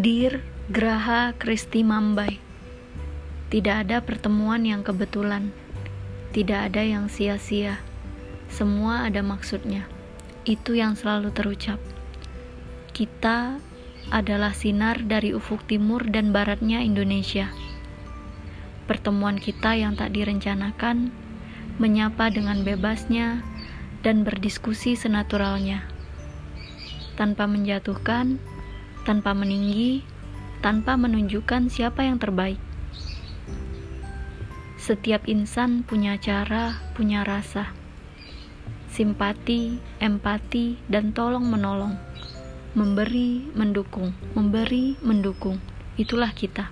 Dear Graha Kristi Mambai, tidak ada pertemuan yang kebetulan, tidak ada yang sia-sia, semua ada maksudnya. Itu yang selalu terucap. Kita adalah sinar dari ufuk timur dan baratnya Indonesia. Pertemuan kita yang tak direncanakan, menyapa dengan bebasnya dan berdiskusi senaturalnya, tanpa menjatuhkan, tanpa meninggi, tanpa menunjukkan siapa yang terbaik. Setiap insan punya cara, punya rasa, simpati, empati, dan tolong-menolong, memberi, mendukung. Itulah kita.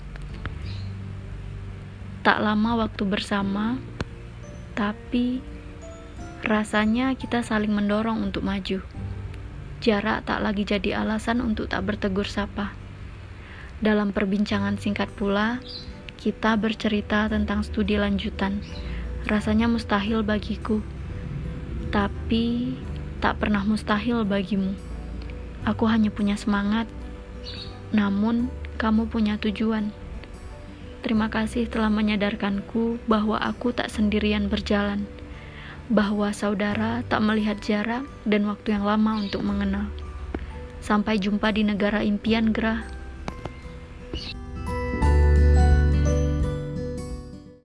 Tak lama waktu bersama, tapi rasanya kita saling mendorong untuk maju. Jarak tak lagi jadi alasan untuk tak bertegur sapa. Dalam perbincangan singkat pula, kita bercerita tentang studi lanjutan. Rasanya mustahil bagiku, tapi tak pernah mustahil bagimu. Aku hanya punya semangat, namun kamu punya tujuan. Terima kasih telah menyadarkanku bahwa aku tak sendirian berjalan, bahwa saudara tak melihat jarak dan waktu yang lama untuk mengenal. Sampai jumpa di negara impian, Grah.